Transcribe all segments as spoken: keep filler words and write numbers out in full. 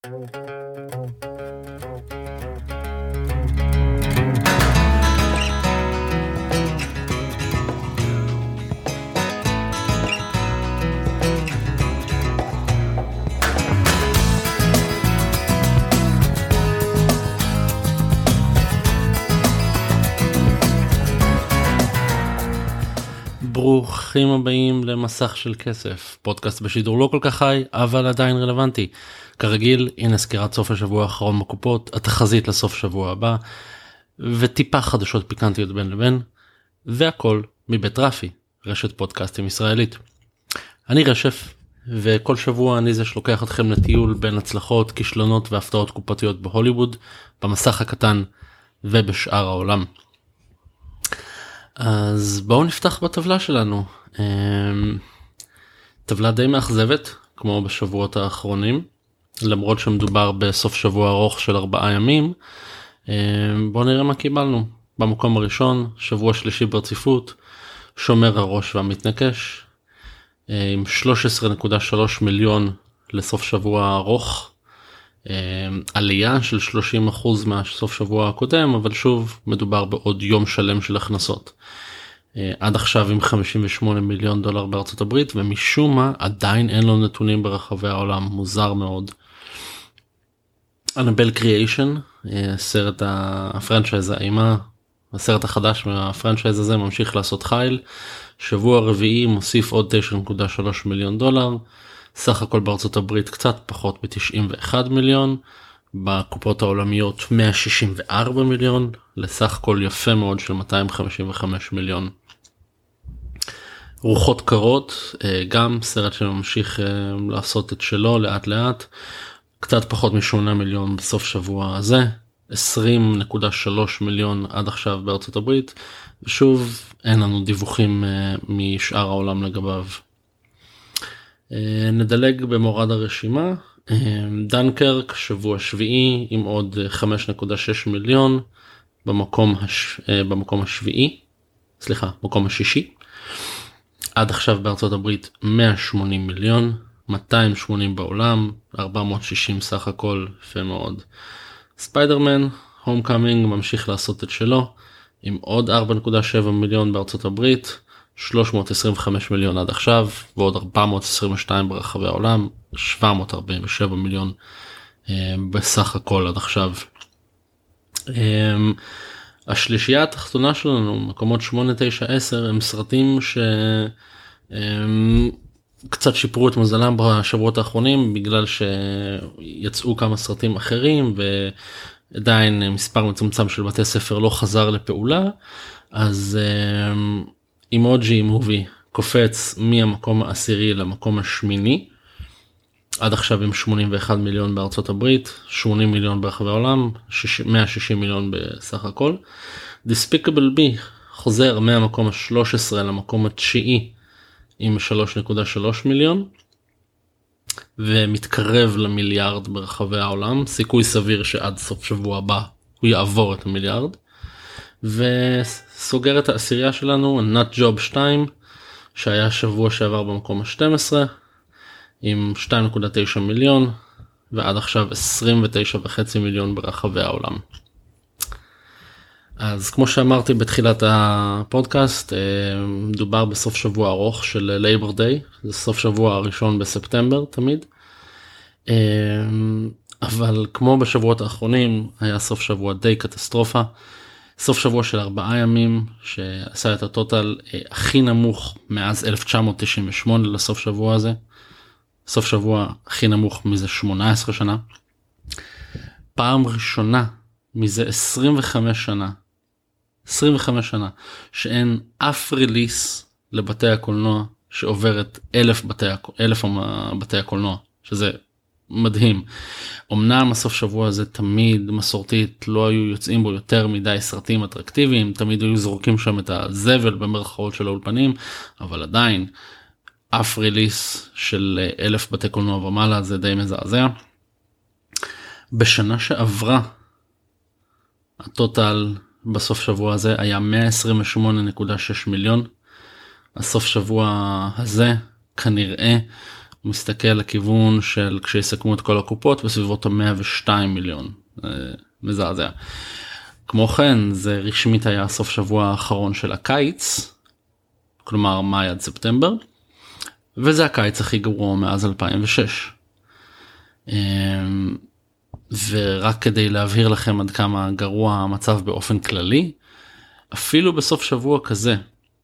ברוכים הבאים למסך של כסף, פודקאסט בשידור לא כל כך חי אבל עדיין רלוונטי. כרגיל, הנה סקירת סוף השבוע האחרון בקופות, התחזית לסוף שבוע הבא וטיפה חדשות פיקנטיות בין לבין, והכל מבית רפי, רשת פודקאסטים ישראלית. אני רשף, וכל שבוע אני זה שלוקח אתכם לטיול בין הצלחות, כישלונות והפתעות קופתיות בהוליווד, במסך הקטן ובשאר העולם. אז בואו נפתח בטבלה שלנו. טבלה די מאכזבת, כמו בשבועות האחרונים, למרות שמדובר בסוף שבוע ארוך של ארבעה ימים. בואו נראה מה קיבלנו. במקום הראשון, שבוע שלישי ברציפות, שומר הראש והמתנקש, עם שלוש עשרה נקודה שלוש מיליון לסוף שבוע ארוך, עלייה של שלושים אחוז מהסוף שבוע הקודם, אבל שוב מדובר בעוד יום שלם של הכנסות. עד עכשיו עם חמישים ושמונה מיליון דולר בארצות הברית, ומשום מה עדיין אין לו נתונים ברחבי העולם, מוזר מאוד. אנבל קריאיישן, סרט הפרנצ'ייז האימה, הסרט החדש מהפרנצ'ייז הזה ממשיך לעשות חייל, שבוע רביעי מוסיף עוד תשע נקודה שלוש מיליון דולר, סך הכל בארצות הברית קצת פחות ב-תשעים ואחד מיליון, בקופות העולמיות מאה שישים וארבע מיליון, לסך הכל יפה מאוד של מאתיים חמישים וחמש מיליון. רוחות קרות, גם סרט שממשיך לעשות את שלו לאט לאט, קצת פחות משמונה מיליון בסוף שבוע הזה, עשרים נקודה שלוש מיליון עד עכשיו בארצות הברית, ושוב אין לנו דיווחים משאר העולם לגביו. נדלג במורד הרשימה, דנקרק שבוע שביעי עם עוד חמש נקודה שש מיליון במקום, הש... במקום השביעי, סליחה, מקום השישי. עד עכשיו בארצות הברית מאה ושמונים מיליון, מאתיים ושמונים בעולם, ארבע מאות ושישים סך הכל, יפה מאוד. ספיידרמן, הומקאמינג ממשיך לעשות את שלו, עם עוד ארבע נקודה שבע מיליון בארצות הברית, שלוש מאות עשרים וחמש מיליון עד עכשיו, ועוד ארבע מאות עשרים ושתיים ברחבי העולם, שבע מאות ארבעים ושבע מיליון אה, בסך הכל עד עכשיו. אה, השלישייה התחתונה שלנו, מקומות שמונה, תשע, עשר, הם סרטים שקצת אה, שיפרו את מזלם בשבועות האחרונים, בגלל שיצאו כמה סרטים אחרים, ועדיין מספר מצומצם של בתי ספר לא חזר לפעולה, אז אה, אימוג'י מובי קופץ מהמקום העשירי למקום השמיני, עד עכשיו עם שמונים ואחד מיליון בארצות הברית, שמונים מיליון ברחבי העולם, מאה ושישים מיליון בסך הכל. Despicable Me חוזר מהמקום ה-שלוש עשרה למקום התשיעי עם שלוש נקודה שלוש מיליון, ומתקרב למיליארד ברחבי העולם, סיכוי סביר שעד סוף שבוע הבא הוא יעבור את המיליארד. וסוגר את העשירייה שלנו נאט ג'וב שתיים, שהיה שבוע שעבר במקום ה-שתים עשרה עם שתיים נקודה תשע מיליון, ועד עכשיו עשרים ותשע וחצי מיליון ברחבי העולם. אז כמו שאמרתי בתחילת הפודקאסט, מדובר בסוף שבוע ארוך של לייבר דיי, זה סוף שבוע הראשון בספטמבר תמיד, אבל כמו בשבועות האחרונים היה סוף שבוע די קטסטרופה, סוף שבוע של ארבעה ימים שעשה את הטוטל הכי נמוך מאז אלף תשע מאות תשעים ושמונה לסוף שבוע הזה, סוף שבוע הכי נמוך מזה שמונה עשרה שנה, פעם ראשונה מזה עשרים וחמש שנה, עשרים וחמש שנה שאין אף ריליס לבתי הקולנוע שעוברת אלף בתי, אלף בתי הקולנוע, שזה מדהים. אמנם הסוף שבוע הזה תמיד מסורתית לא היו יוצאים בו יותר מדי סרטים אטרקטיביים, תמיד היו זרוקים שם את הזבל במרכאות של האולפנים, אבל עדיין אף ריליס של אלף בתי קולנוע ומעלה זה די מזעזע. בשנה שעברה הטוטל בסוף שבוע הזה היה מאה עשרים ושמונה נקודה שש מיליון. הסוף שבוע הזה כנראה מסתכל לכיוון של כשיסכמו את כל הקופות בסביבות ה-מאה ושתיים מיליון. מזעזע. כמו כן, זה רשמית היה סוף שבוע האחרון של הקיץ, כלומר מאי עד ספטמבר, וזה הקיץ הכי גרוע מאז אלפיים ושש. ורק כדי להבהיר לכם עד כמה גרוע המצב באופן כללי, אפילו בסוף שבוע כזה,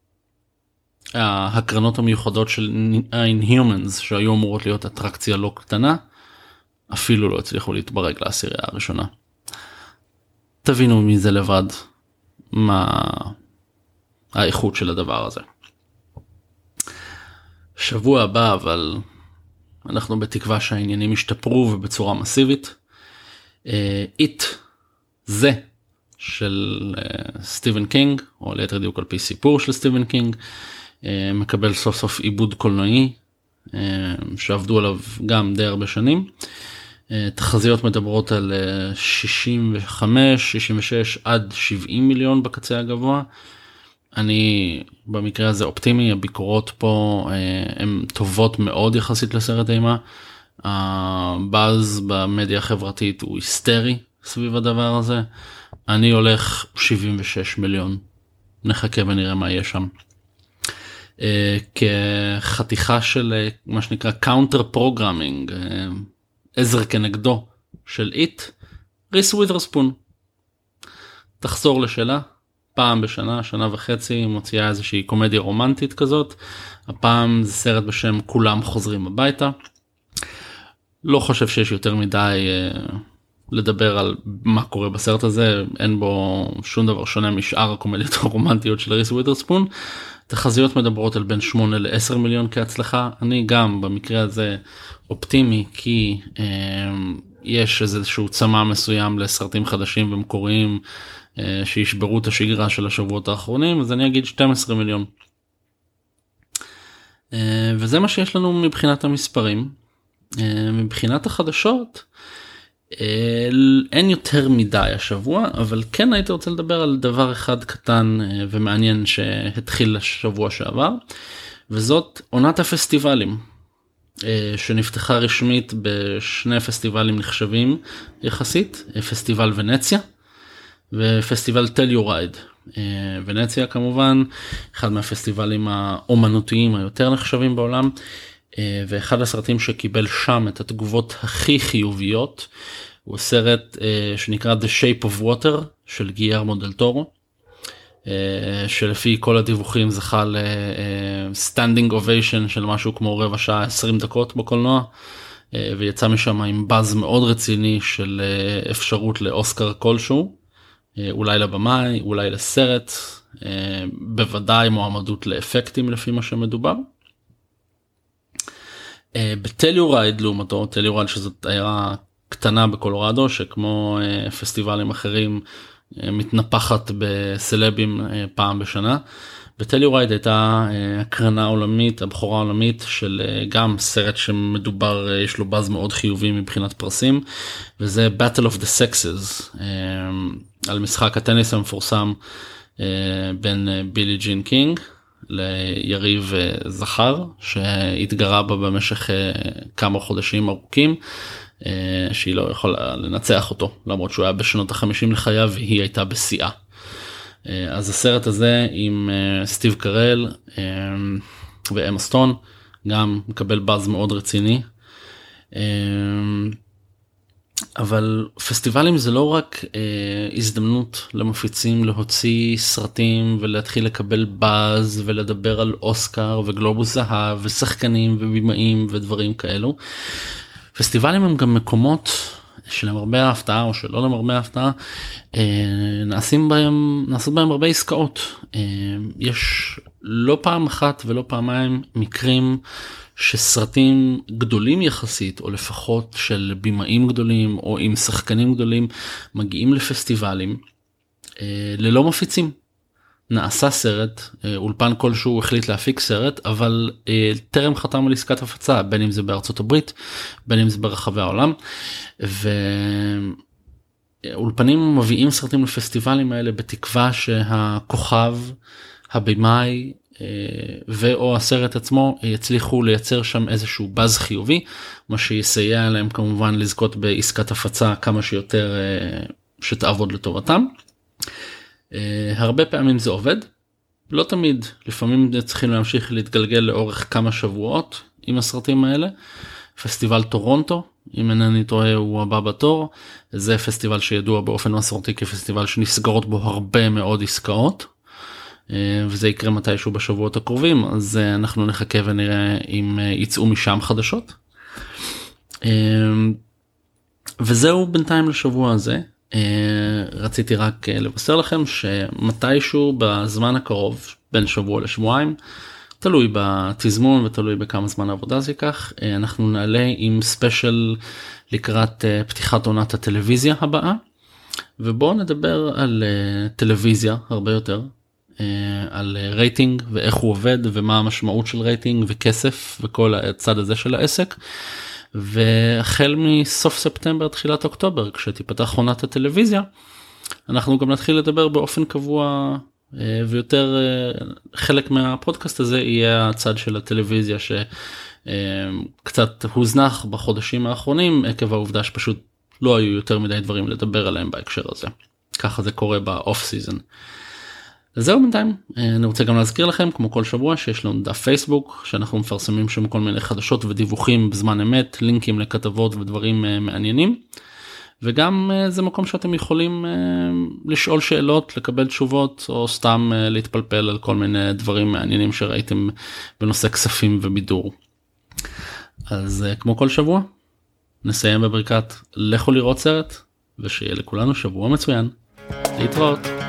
ההקרנות המיוחדות של Inhumans, שהיו אמורות להיות אטרקציה לא קטנה, אפילו לא הצליחו להתברג לעשירייה הראשונה. תבינו מזה לבד מה האיכות של הדבר הזה. שבוע הבא, אבל אנחנו בתקווה שהעניינים ישתפרו ובצורה מסיבית. It, זה של סטיבן קינג, או ליתר דיוק על פי סיפור של סטיבן קינג, מקבל סוף סוף עיבוד קולנועי, שעבדו עליו גם די הרבה שנים. תחזיות מדברות על שישים וחמש, שישים ושש עד שבעים מיליון בקצה הגבוה. אני במקרה הזה אופטימי, הביקורות פה הן טובות מאוד יחסית לסרט אימה. הבאז במדיה החברתית הוא היסטרי סביב הדבר הזה. אני הולך שבעים ושש מיליון. נחכה ונראה מה יהיה שם. כחתיכה של מה שנקרא קאונטר פרוגרמינג, עזר כנגדו של איט, ריס ווית'רספון תחזור לשאלה פעם בשנה, שנה וחצי, מוציאה איזושהי קומדיה רומנטית כזאת. הפעם זה סרט בשם כולם חוזרים הביתה. לא חושב שיש יותר מדי אה, לדבר על מה קורה בסרט הזה, אין בו שום דבר שונה משאר הקומדיות הרומנטיות של ריס ווית'רספון. תחזיות מדברות על בין שמונה לעשר מיליון כהצלחה. אני גם במקרה הזה אופטימי, כי אה, יש איזשהו צמא מסוים לסרטים חדשים ומקוריים אה, שישברו את השגרה של השבועות האחרונים, אז אני אגיד שנים עשר מיליון. אה, וזה מה שיש לנו מבחינת המספרים. אה, מבחינת החדשות, אה, אין יותר מדי השבוע, אבל כן הייתי רוצה לדבר על דבר אחד קטן אה, ומעניין שהתחיל השבוע שעבר, וזאת עונת הפסטיבלים. שנפתחה רשמית בשני פסטיבלים נחשבים יחסית, פסטיבל ונציה ופסטיבל טליורייד. ונציה כמובן אחד מהפסטיבלים האומנותיים היותר נחשבים בעולם, ואחד הסרטים שקיבל שם את התגובות הכי חיוביות הוא סרט שנקרא The Shape of Water של גילרמו דל טורו, שלפי כל הדיווחים זכה לסטנדינג אוביישן של משהו כמו רבע שעה עשרים דקות בקולנוע, ויצא משם עם באז מאוד רציני של אפשרות לאוסקר כלשהו, אולי לבמאי, אולי לסרט, בוודאי מועמדות לאפקטים לפי מה שמדובר. בטליורייד לעומתו, טליורייד שזאת עיירה קטנה בקולורדו שכמו פסטיבלים אחרים מתנפחת בסלבים פעם בשנה. בטליורייד הייתה הקרנה עולמית, הבחורה העולמית של גם סרט שמדובר, יש לו באז מאוד חיובי מבחינת פרסים, וזה Battle of the Sexes, על משחק הטניס המפורסם בין בילי ג'ין קינג ליריב זכר שהתגרה בה במשך כמה חודשים ארוכים, שהיא לא יכולה לנצח אותו, למרות שהוא היה בשנות החמישים לחייו והיא הייתה בשיאה. אז הסרט הזה עם סטיב קרל ואמה סטון גם מקבל באז מאוד רציני. אבל פסטיבלים זה לא רק הזדמנות למפיצים להוציא סרטים ולהתחיל לקבל באז ולדבר על אוסקר וגלובוס זהב ושחקנים ובימאים ודברים כאלו. פסטיבלים הם גם מקומות שלמרבה ההפתעה או שלא למרבה ההפתעה נעשים בהם, נעשות בהם הרבה עסקאות. יש לא פעם אחת ולא פעמיים מקרים שסרטים גדולים יחסית או לפחות של בימאים גדולים או עם שחקנים גדולים מגיעים לפסטיבלים ללא מפיצים. נעשה סרט, אולפן כלשהו החליט להפיק סרט, אבל טרם חתם על עסקת הפצה, בין אם זה בארצות הברית, בין אם זה ברחבי העולם, ואולפנים מביאים סרטים לפסטיבלים האלה בתקווה שהכוכב, הבימאי, ואו הסרט עצמו יצליחו לייצר שם איזשהו באז חיובי, מה שיסייע להם כמובן לזכות בעסקת הפצה כמה שיותר שתעבוד לטובתם. הרבה פעמים זה עובד, לא תמיד, לפעמים צריכים להמשיך להתגלגל לאורך כמה שבועות עם הסרטים האלה. פסטיבל טורונטו, אם אינני טועה, הוא הבא בתור. זה פסטיבל שידוע באופן מסורתי כפסטיבל שנסגרות בו הרבה מאוד עסקאות, וזה יקרה מתישהו בשבועות הקרובים, אז אנחנו נחכה ונראה אם יצאו משם חדשות. וזהו בינתיים לשבוע הזה. רציתי רק לבשר לכם שמתישהו בזמן הקרוב, בין שבוע לשבועיים, תלוי בתזמון ותלוי בכמה זמן העבודה זה ייקח, אנחנו נעלה עם ספיישל לקראת פתיחת עונת הטלוויזיה הבאה, ובואו נדבר על טלוויזיה הרבה יותר, על רייטינג ואיך הוא עובד ומה המשמעות של רייטינג וכסף וכל הצד הזה של העסק. והחל מסוף ספטמבר תחילת אוקטובר, כשתיפתח עונת הטלוויזיה, אנחנו גם נתחיל לדבר באופן קבוע, ויותר חלק מהפודקאסט הזה יהיה הצד של הטלוויזיה שקצת הוזנח בחודשים האחרונים עקב העובדה שפשוט לא היו יותר מדי דברים לדבר עליהם בהקשר הזה. ככה זה קורה באוף סיזן. זהו בינתיים. אני רוצה גם להזכיר לכם כמו כל שבוע שיש לנו דף פייסבוק שאנחנו מפרסמים שם כל מיני חדשות ודיווחים בזמן אמת, לינקים לכתבות ודברים מעניינים, וגם זה מקום שאתם יכולים לשאול שאלות, לקבל תשובות, או סתם להתפלפל על כל מיני דברים מעניינים שראיתם בנושא כספים ובידור. אז כמו כל שבוע נסיים בברכת לכו לראות סרט, ושיהיה לכולנו שבוע מצוין. להתראות.